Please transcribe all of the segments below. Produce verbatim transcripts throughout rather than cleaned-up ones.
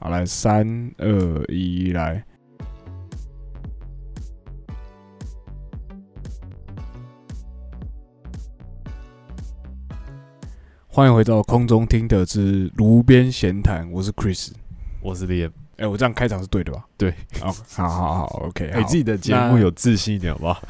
好，来，三二一，来。欢迎回到空中听的之炉边闲谈，我是 Chris， 我是 Liam。 哎、欸，我这样开场是对的吧？ 对， 哦，好好好 ，OK， 哎、欸，自己的节目有自信一点好不好？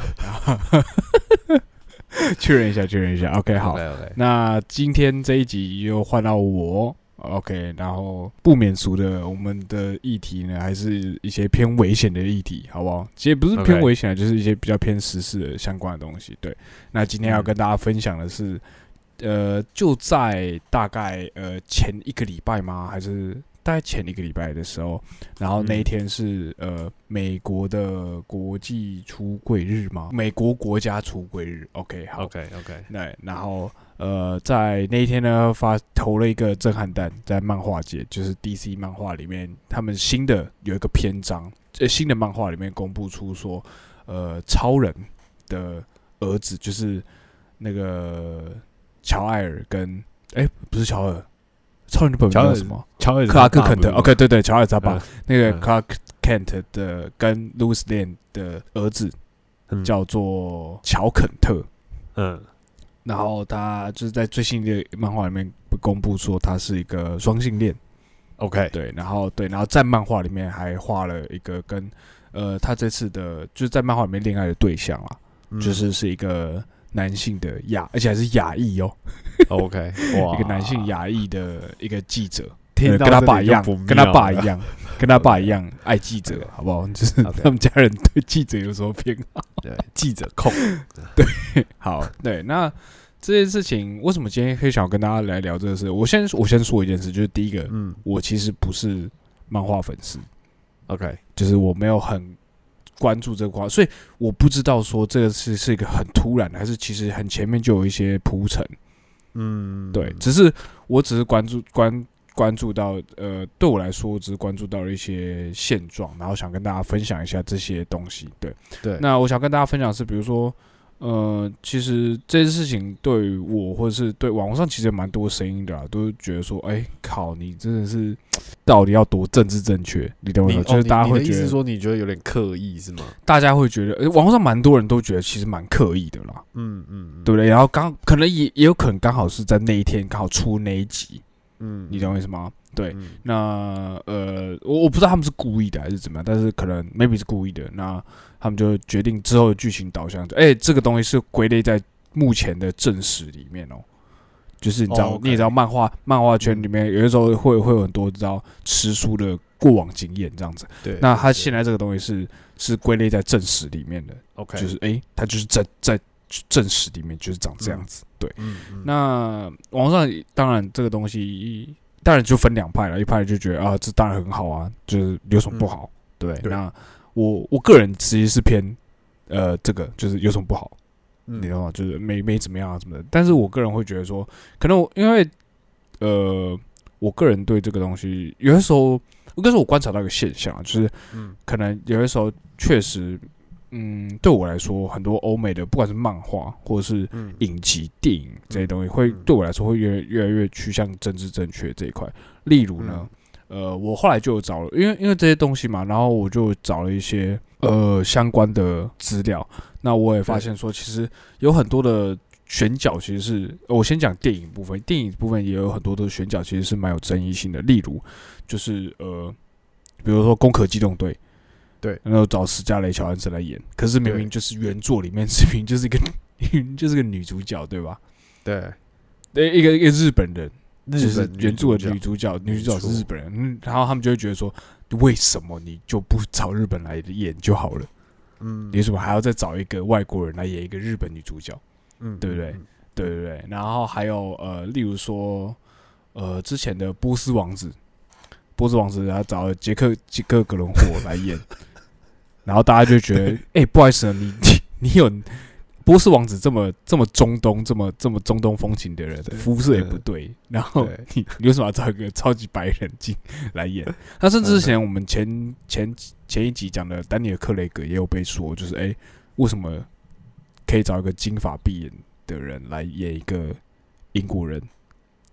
确认一下，确认一下 ，OK， 好。 Okay, okay. 那今天这一集又换到我 ，OK， 然后不免俗的，我们的议题呢，还是一些偏危险的议题，好不好？其实不是偏危险的， okay. 就是一些比较偏时事的相关的东西。对，那今天要跟大家分享的是。嗯呃，就在大概呃前一个礼拜吗？还是大概前一个礼拜的时候，然后那一天是呃美国的国际出柜日吗？美国国家出柜日 ，OK， 好 ，OK OK， 对，然后呃在那一天呢发投了一个震撼弹，在漫画界，就是 D C 漫画里面，他们新的有一个篇章，呃新的漫画里面公布出说，呃超人的儿子就是那个。乔艾尔跟哎、欸，不是乔尔，超人的本名叫什么？ 乔尔克拉克肯特。OK， 对对，乔尔他爸、嗯、那个克拉克肯特的跟 Lois Lane 的儿子、嗯、叫做乔肯特。嗯，然后他就是在最新的漫画里面公布说他是一个双性恋。 OK， 对，然后对，然后在漫画里面还画了一个跟呃他这次的就是在漫画里面恋爱的对象啊，嗯、就是是一个。男性的亚，而且还是亚裔哦。 OK， 哇， 一个男性亚裔的一个记者， 跟他爸一样，跟他爸一样，跟他爸一样爱记者，好不好？就是他们家人对记者有什么偏好？ 对，记者控。 对，好，对，那这件事情为什么今天会想要跟大家来聊这个事？我先我先说一件事，就是第一个，嗯，我其实不是漫画粉丝 ，OK， 就是我没有很。关注这个话，所以我不知道说这个是是一个很突然的，还是其实很前面就有一些铺陈。嗯，对，只是我只是关注关关注到，呃，对我来说，我只是关注到了一些现状，然后想跟大家分享一下这些东西。对， 对。 那我想跟大家分享的是，比如说，呃，其实这件事情对于我，或者是对网络上其实有蛮多声音的啦，都觉得说，哎、欸，靠，你真的是。到底要多政治正确？你懂我意思？就是大家会觉得， 你的意思说你觉得有点刻意是吗？ 大家会觉得，欸、网络上蛮多人都觉得其实蛮刻意的啦，嗯嗯，对不对？然后刚可能也也有可能刚好是在那一天刚好出那一集，嗯，你懂我意思吗？对，嗯、那呃，我我不知道他们是故意的还是怎么样，但是可能 maybe 是故意的，那他们就决定之后的剧情导向，哎、欸，这个东西是归类在目前的正史里面哦。就是你知道， oh, okay. 你也知道，漫画漫画圈里面有的时候会会有很多你知道吃书的过往经验这样子。对，那他现在这个东西是是归类在正史里面的。OK， 就是哎、欸，他就是在在正史里面就是长这样子。嗯、对，嗯嗯、那网上当然这个东西当然就分两派了，一派就觉得啊，这当然很好啊，就是有什么不好？嗯、对，对，那我我个人其实是偏呃这个就是有什么不好？你知道吗？就是没没怎么样啊什么的，但是我个人会觉得说，可能我因为呃，我个人对这个东西，有的时候，应该是我观察到一个现象，就是，嗯，可能有的时候确实，嗯，对我来说，很多欧美的不管是漫画或者是影集、电影这些东西，会对我来说会越越来越趋向政治正确这一块。例如呢，呃，我后来就有找了，因为因为这些东西嘛，然后我就找了一些呃相关的资料。那我也发现说，其实有很多的选角，其实是我先讲电影部分，电影部分也有很多的选角，其实是蛮有争议性的。例如，就是呃，比如说《攻壳机动队》，对，然后找史嘉蕾·乔安森来演，可是明明就是原作里面明明就是一个就是个女主角，对吧？ 对， 对，一个一个日本人，就是原作的女主角，女主角是日本人，嗯，然后他们就会觉得说，为什么你就不找日本来演就好了？嗯，为什么还要再找一个外国人来演一个日本女主角？嗯，对不对？嗯、对对对。然后还有呃，例如说呃，之前的波斯王子，波斯王子他找了杰克杰克格伦霍来演，然后大家就觉得，哎、欸，不好意思，你你你有波斯王子这么这么中东这么这么中东风情的人，肤色也不对，然后你你为什么要找一个超级白人进来演？那甚至之前我们前前前一集讲的丹尼尔·克雷格也有被说，就是哎、欸，为什么可以找一个金发碧眼的人来演一个英国人？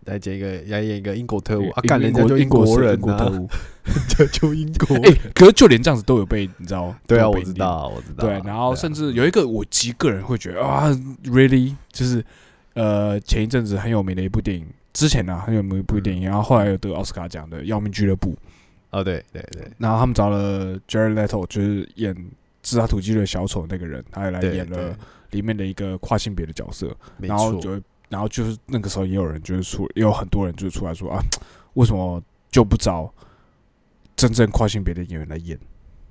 来演一个来演一个英国特务啊， 干人家就英国人、啊， 英国特务， 就就英国人。 哎、欸，可是就连这样子都有被你知道？ 对啊，我知道，我知道。 对，然后甚至有一个我极个人会觉得啊 ，really 就是呃前一阵子很有名的一部电影，之前呢、啊、很有名的一部电影，嗯、然后后来有得奥斯卡奖的《要命俱乐部》。 哦，对对对。 然后他们找了 Jared Leto， 就是演自杀突击队小丑那个人，他也来演了里面的一个跨性别的角色，然后就然后就是那个时候也有人就是出，也有很多人就是出来说啊，为什么就不找真正跨性别的演员来演？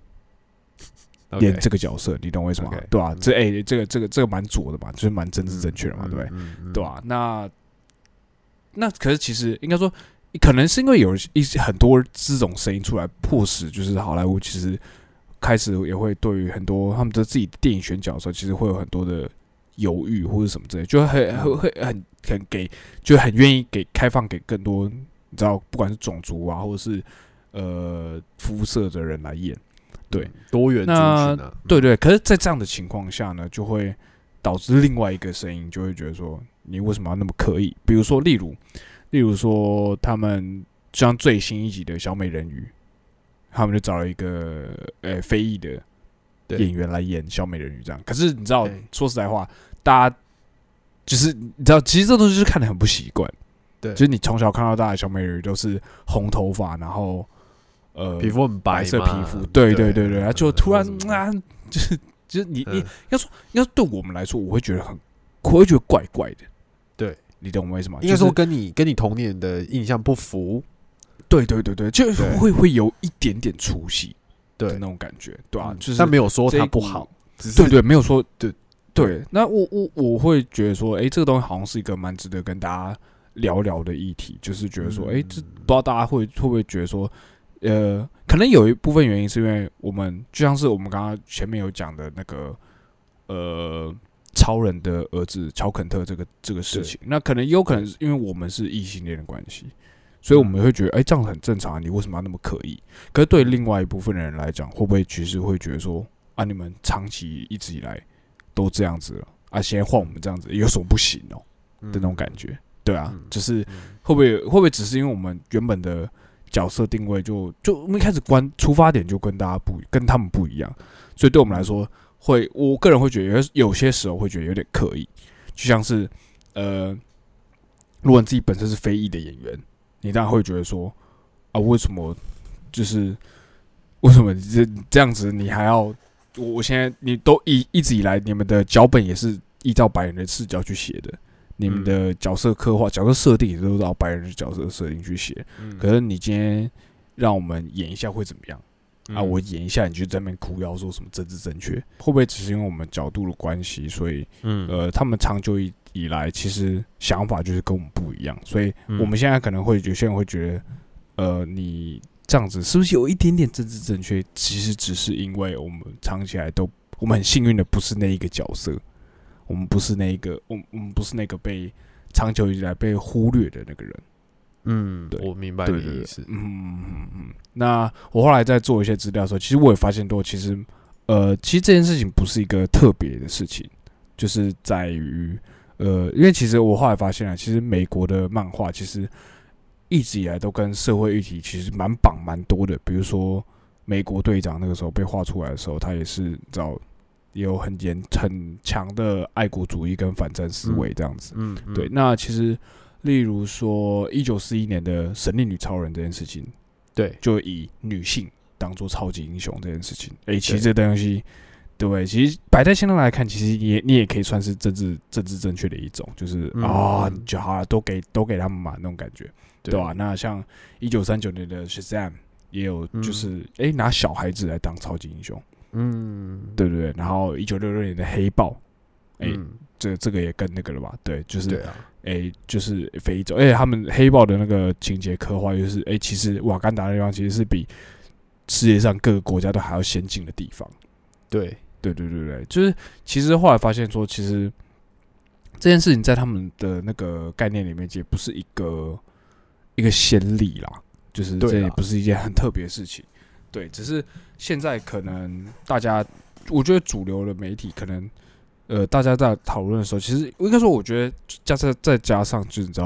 Okay. 演这个角色，你懂我意思吗？ Okay. 对吧、啊？这哎、欸，这个这个这个蛮左的嘛，就是蛮政治正确的嘛，嗯、对不对？嗯嗯、对吧、啊？那那可是其实应该说，可能是因为有一些很多这种声音出来，迫使就是好莱坞其实开始也会对于很多他们的自己的电影选角的时候，其实会有很多的犹豫或者什么之类，就很会会很很给，就很愿意给开放给更多你知道，不管是种族啊，或者是呃肤色的人来演，对， 多元族群啊， 对对。可是，在这样的情况下呢，就会导致另外一个声音，就会觉得说，你为什么要那么刻意？比如说，例如，例如说，他们像最新一集的小美人鱼，他们就找了一个呃非裔的演员来演小美人鱼，这样。可是你知道，说实在话，大家就是你知道，其实这东西就是看得很不习惯。对，就是你从小看到大的小美人鱼都是红头发，然后呃皮肤很白， 白色皮肤，对对对对，就突然啊，就是就是你你要说要对我们来说，我会觉得很，我会觉得怪怪的。 对， 你懂我意思吗？ 应该说跟你跟你童年的印象不符。 对对对对，就会会有一点点出戏的那种感觉，对吧、啊？就是但没有说它不好，只是对对，没有说对对。那我我我会觉得说，哎、欸，这个东西好像是一个蛮值得跟大家聊聊的议题，就是觉得说，哎、欸，这不知道大家会会不会觉得说，呃，可能有一部分原因是因为我们就像是我们刚刚前面有讲的那个，呃，超人的儿子乔肯特这个这个事情，那可能也有可能是因为我们是异性恋的关系。所以我们会觉得，哎、欸，这样很正常啊，你为什么要那么刻意？可是对另外一部分的人来讲，会不会其实会觉得说，啊，你们长期一直以来都这样子了，啊，现在换我们这样子，有什么不行哦、喔、的那种感觉？对啊，就是会不会会不会只是因为我们原本的角色定位就就我们一开始观出发点就跟大家不跟他们不一样，所以对我们来说，会我个人会觉得有有些时候会觉得有点刻意，就像是呃，如果你自己本身是非裔的演员。你当然会觉得说啊，为什么就是为什么这这样子？你还要我？我现在你都一一直以来，你们的脚本也是依照白人的视角去写的，你们的角色刻画、角色设定也都是照白人的角色设定去写。嗯、可是你今天让我们演一下会怎么样？嗯、啊，我演一下你就在那边哭腰说什么政治正确？会不会只是因为我们角度的关系，所以嗯呃，他们长久以以来，其实想法就是跟我们不一样，所以我们现在可能会有些人会觉得，呃，你这样子是不是有一点点政治正确？其实只是因为我们长期来都，我们很幸运的不是那一个角色，我们不是那一个，我我们不是那个被长久以来被忽略的那个人。 嗯，对，我明白你的意思。 嗯嗯嗯。那我后来在做一些资料的时候，其实我也发现到，其实呃，其实这件事情不是一个特别的事情，就是在于。呃，因为其实我后来发现了，其实美国的漫画其实一直以来都跟社会议题其实蛮绑蛮多的。比如说美国队长那个时候被画出来的时候，他也是你知道也有很严很强的爱国主义跟反战思维这样子。嗯，嗯嗯对。那其实例如说一九四一年的神力女超人这件事情， 对， 就以女性当做超级英雄这件事情，哎、欸，其实这东西。对，其实摆在现在来看，其实你也你也可以算是政治政治正确的一种，就是啊、嗯哦，就好了，都给都给他们嘛那种感觉，对吧、啊？那像一九三九年的 Shazam 也有，就是哎、嗯欸、拿小孩子来当超级英雄，嗯，对对对。然后一九六六年的黑豹，哎、欸嗯，这这个也跟那个了吧？对，就是哎、啊欸、就是非洲，而且他们黑豹的那个情节刻画就是哎、欸，其实瓦干达的地方其实是比世界上各个国家都还要先进的地方， 对。 对对对对，就是其实后来发现说，其实这件事情在他们的那个概念里面，也不是一个一个先例啦，就是这也不是一件很特别的事情。对，只是现在可能大家，我觉得主流的媒体可能，呃，大家在讨论的时候，其实应该说，我觉得加再再加上，就是你知道，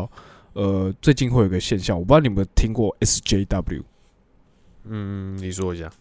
呃，最近会有一个现象，我不知道你有没有听过 S J W。 嗯，你说一下。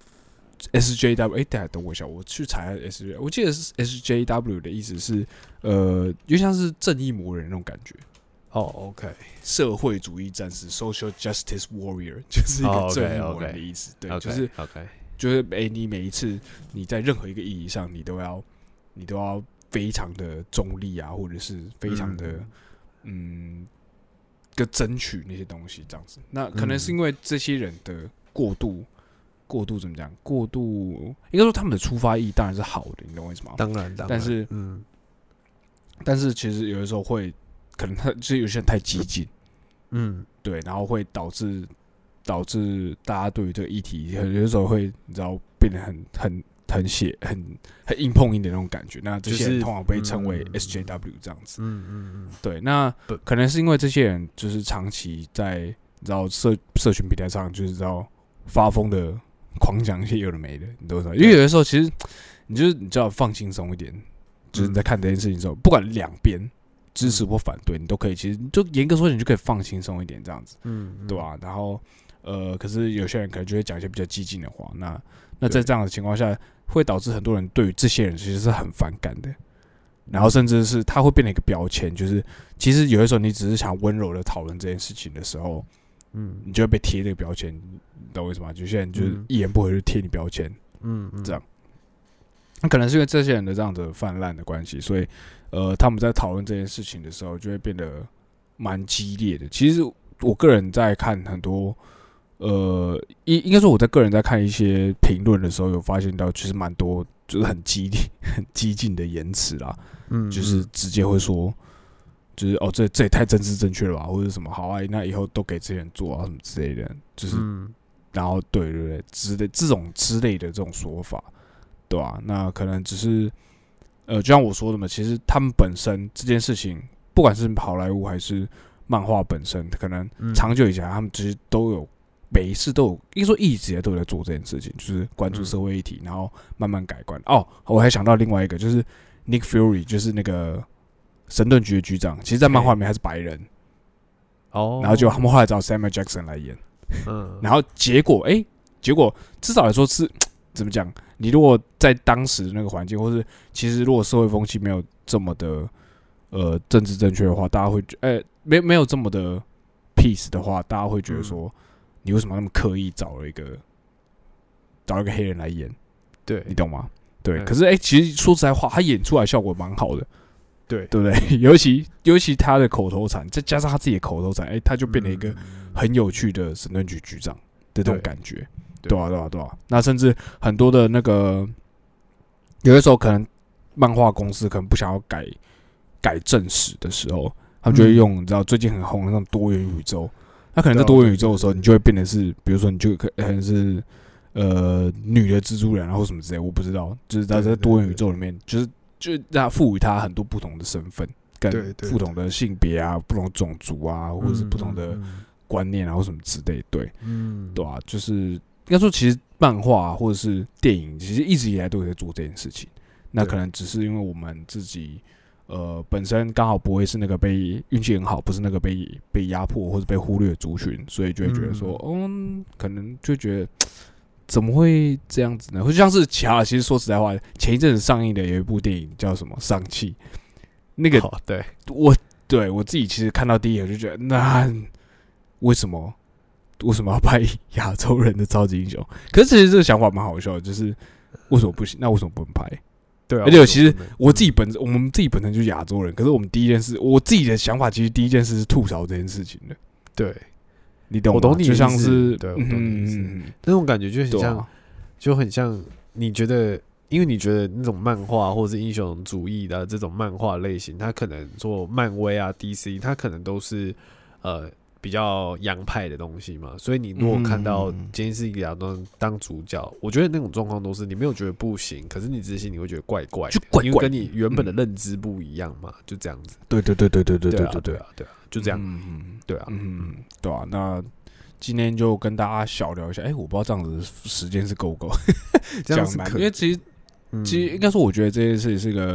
S J W， 哎、欸，等下等我一下，我去查一下 S J W。我记得是 S J W 的意思是，呃，就像是正义魔人那种感觉。 哦、oh, ，OK， 社会主义战士 ，Social Justice Warrior， 就是一个正义魔人的意思。 Oh, okay, okay. 对，就是 OK， 就是哎、欸，你每一次你在任何一个议题上，你都要你都要非常的中立啊，或者是非常的嗯，嗯个争取那些东西这样子。那可能是因为这些人的过度。过度怎么讲？过度应该说他们的出发意义当然是好的，你懂我意思吗？ 当然，当然。 但是，嗯，但是其实有的时候会，可能他就是有些人太激进，嗯，对，然后会导致导致大家对于这个议题，有的时候会你知道变得很很很血很很硬碰硬的那种感觉。那这些人通常被称为 S J W 这样子。嗯嗯嗯。对，那可能是因为这些人就是长期在你知道社社群平台上，就是知道发疯的。狂讲一些有的没的，你懂吗？因为有的时候其实你就是你就要放轻松一点，就是你在看这件事情的时候，不管两边支持或反对，你都可以。其实就严格说，你就可以放轻松一点，这样子，嗯，对吧、啊？然后呃，可是有些人可能就会讲一些比较激进的话，那那在这样的情况下，会导致很多人对于这些人其实是很反感的，然后甚至是他会变成一个标签，就是其实有的时候你只是想温柔的讨论这件事情的时候。嗯，你就会被贴这个标签，你懂我意思吗？有些人就是一言不合就贴你标签，嗯，这样。那可能是因为这些人的这样的泛滥的关系，所以呃，他们在讨论这件事情的时候，就会变得蛮激烈的。其实我个人在看很多，呃，应应该说我在个人在看一些评论的时候，有发现到其实蛮多就是很激烈、很激进的言辞啦，嗯，就是直接会说。就是哦，这这也太政治正确了吧，或者什么好啊，那以后都给这些人做啊，什么之类的，就是，嗯、然后对对对，之类这种之类的这种说法，对吧、啊？那可能只是，呃，就像我说的嘛，其实他们本身这件事情，不管是好莱坞还是漫画本身，可能长久以前他们其实都有每一次都有，应该说一直以来都有在做这件事情，就是关注社会议题，然后慢慢改观。哦，我还想到另外一个，就是 Nick Fury， 就是那个。神盾局的局长，其实，在漫画里面还是白人，哦，然后就他们后来找 Samuel Jackson 来演，嗯，然后结果，哎、欸，结果至少来说是怎么讲？你如果在当时那个环境，或是其实如果社会风气没有这么的呃政治正确的话，大家会哎、欸、没没有这么的 peace 的话，大家会觉得说，嗯、你为什么那么刻意找了一个找一个黑人来演？ 对， 你懂吗？对，嗯、可是哎、欸，其实说实在话，他演出来效果蛮好的。 对， 对不对？尤其尤其他的口头禅，再加上他自己的口头禅，哎、欸，他就变成一个很有趣的神盾局局长的这种感觉，对，对啊，对啊，对啊。那甚至很多的那个，有的时候可能漫画公司可能不想要改改正史的时候，他们就会用、嗯、你知道最近很红的那种多元宇宙。那可能在多元宇宙的时候，你就会变得是，比如说你就可能是呃女的蜘蛛人，然后什么之类，我不知道，就是在在多元宇宙里面，就是。就是让他赋予他很多不同的身份，跟不同的性别啊、不同种族啊，或者是不同的观念啊，或什么之类，对，嗯，对啊，就是应该说，其实漫画、啊、或者是电影，其实一直以来都有在做这件事情。那可能只是因为我们自己，呃，本身刚好不会是那个被运气很好，不是那个被被压迫或者被忽略的族群，所以就会觉得说，嗯，可能就觉得。怎么会这样子呢？就像是其他，其实说实在话，前一阵子上映的有一部电影叫什么《上汽》，那个、 哦、对我对我自己其实看到第一眼就觉得，那为什么为什么要拍亚洲人的超级英雄？可是其实这个想法蛮好笑的，就是为什么不行？那为什么不能拍？ 对、啊， 而且其实我自己本我们自己本身就是亚洲人，可是我们第一件事，我自己的想法其实第一件事是吐槽这件事情的， 对。 你懂吗？ 我懂你， 就像是对，我懂你意思。那种感觉就很像，啊、就很像。你觉得，因为你觉得那种漫画或者是英雄主义的这种漫画类型，它可能做漫威啊、D C， 它可能都是呃比较洋派的东西嘛。所以你如果看到今天是亚当当主角，嗯、我觉得那种状况都是你没有觉得不行，可是你自己你会觉得怪怪的， 就怪怪的， 因为跟你原本的认知不一样嘛，嗯、就这样子。 对对对对对对对对对对啊对啊，就这样。 嗯， 对啊， 嗯，对啊，那。今天就跟大家小聊一下，哎、欸，我不知道这样子时间是够不够， 这样子， 因为其实，嗯、其实应该说，我觉得这件事情是个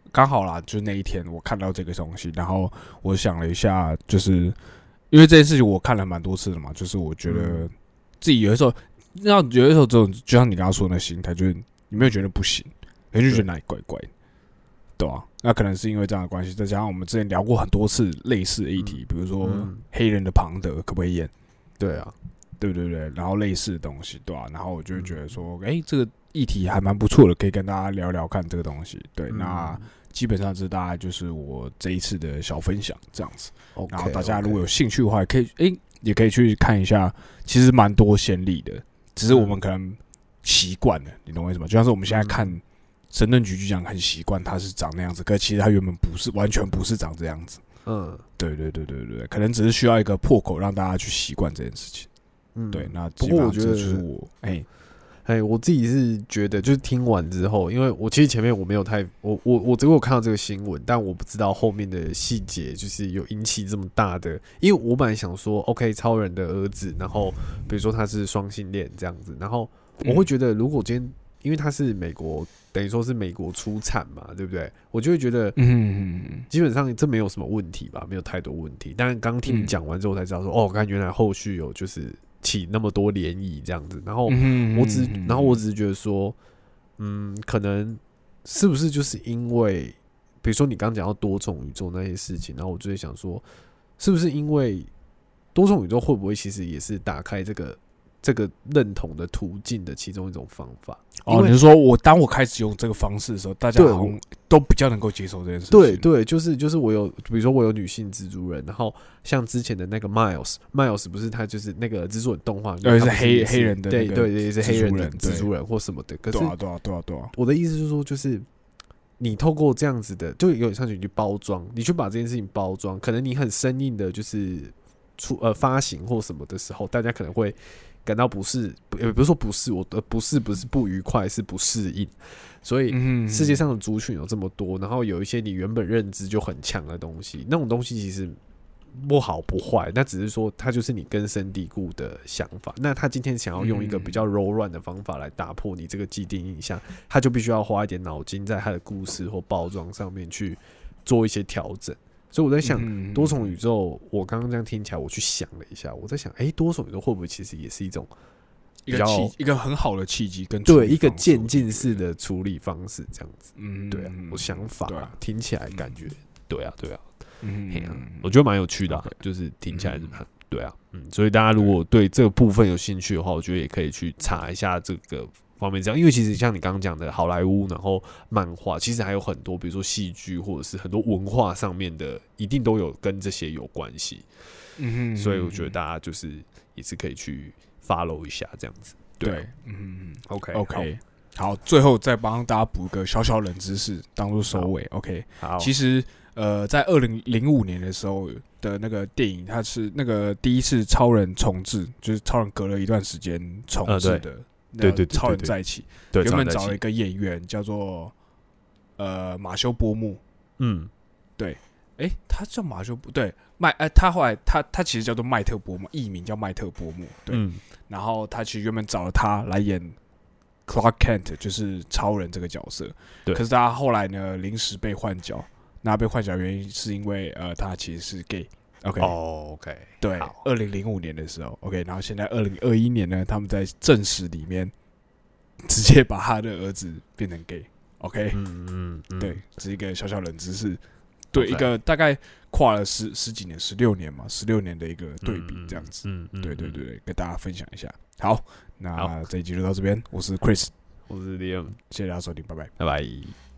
刚好啦，就是那一天我看到这个东西，然后我想了一下，就是因为这件事情我看了蛮多次的嘛，就是我觉得自己有的时候，那有的时候这种就像你刚刚说的那心态，就是你没有觉得不行，可是就觉得哪里怪怪的，对吧、啊？那可能是因为这样的关系，再加上我们之前聊过很多次类似的议题，比如说黑人的庞德可不可以演？ 对啊， 对对对，然后类似的东西，对吧、啊？然后我就会觉得说，哎、欸，这个议题还蛮不错的，可以跟大家聊聊看这个东西。对，嗯、那基本上这大概就是我这一次的小分享这样子。Okay, 然后大家如果有兴趣的话，可以哎、欸，也可以去看一下，其实蛮多先例的，只是我们可能习惯了，你懂我意思吗？就像是我们现在看神盾局局长很习惯他是长那样子，可是其实他原本不是，完全不是长这样子。嗯，对对对对对，可能只是需要一个破口让大家去习惯这件事情。嗯，对，那基本上这就是我哎。 哎，我自己是觉得，就是听完之后，因为我其实前面我没有太，我我我只有看到这个新闻，但我不知道后面的细节，就是有引起这么大的。因为我本来想说 ，OK， 超人的儿子，然后比如说他是双性恋这样子，然后我会觉得，如果今天因为他是美国，等于说是美国出产嘛，对不对？我就会觉得，嗯，基本上这没有什么问题吧，没有太多问题。但刚听你讲完之后才知道说，哦，看原来后续有就是。起那么多涟漪这样子，然后我只，然后我只是觉得说，嗯，可能是不是就是因为，比如说你刚刚讲到多重宇宙那些事情，然后我就会想说，是不是因为多重宇宙会不会其实也是打开这个这个认同的途径的其中一种方法？ 哦，你是说我当我开始用这个方式的时候，大家好像都比较能够接受这件事情。 对对，就是就是我有，比如说我有女性蜘蛛人，然后像之前的那个 Miles，Miles 不是他就是那个蜘蛛人动画， 对，是黑黑人的， 对对对，是黑人的蜘蛛人或什么的。可是对啊对啊对啊对啊， 我的意思是说，就是你透过这样子的，就有点像你去包装，你去把这件事情包装，可能你很生硬的，就是出呃发行或什么的时候，大家可能会。感到不适，也不是说不适，我的不适不是不愉快，是不适应。所以世界上的族群有这么多，然后有一些你原本认知就很强的东西，那种东西其实不好不坏，那只是说它就是你根深蒂固的想法。那他今天想要用一个比较柔软的方法来打破你这个既定印象，他就必须要花一点脑筋在他的故事或包装上面去做一些调整。所以我在想，多重宇宙，我刚刚这样听起来，我去想了一下，我在想，哎、欸，多重宇宙会不会其实也是一种比较一个一个很好的契机跟对一个渐进式的处理方式，这样子，嗯，对啊，我想法、啊啊、听起来感觉，对啊，对啊，嗯，啊、我觉得蛮有趣的、啊， okay, 就是听起来是很、嗯、对啊，嗯，所以大家如果对这个部分有兴趣的话，我觉得也可以去查一下这个。方面这样，因为其实像你刚刚讲的好莱坞，然后漫画，其实还有很多，比如说戏剧或者是很多文化上面的，一定都有跟这些有关系。嗯哼，所以我觉得大家就是也是可以去 follow 一下这样子。对，对嗯 ，OK OK， 好，最后再帮大家补一个小小冷知识，当做收尾。OK， 好，其实呃，在二零零五年的时候的那个电影，它是那个第一次超人重置，就是超人隔了一段时间重置的。呃对对对， 超人在一起，原本找了一个演员叫做呃马修波木，嗯，对，哎、欸，他叫马修波，对，麦，哎、呃，他后来他他其实叫做麦特波木，艺名叫麦特波木，对，嗯、然后他其实原本找了他来演 Clark Kent， 就是超人这个角色，对，可是他后来呢临时被换角，那被换角原因是因为呃他其实是 gay。OK， 哦 ，OK， 对，二零零五年的时候 ，OK， 然后现在二零二一年呢，他们在正史里面直接把他的儿子变成 gay，OK， 嗯嗯嗯，对，这是一个小小冷知识，对， okay. 一个大概跨了十十几年，十六年嘛，十六年的一个对比，这样子，嗯嗯，对对对对，跟大家分享一下。好，那这一集就到这边，我是 Chris， 我是 Liam， 谢谢大家收听，拜拜， 拜拜。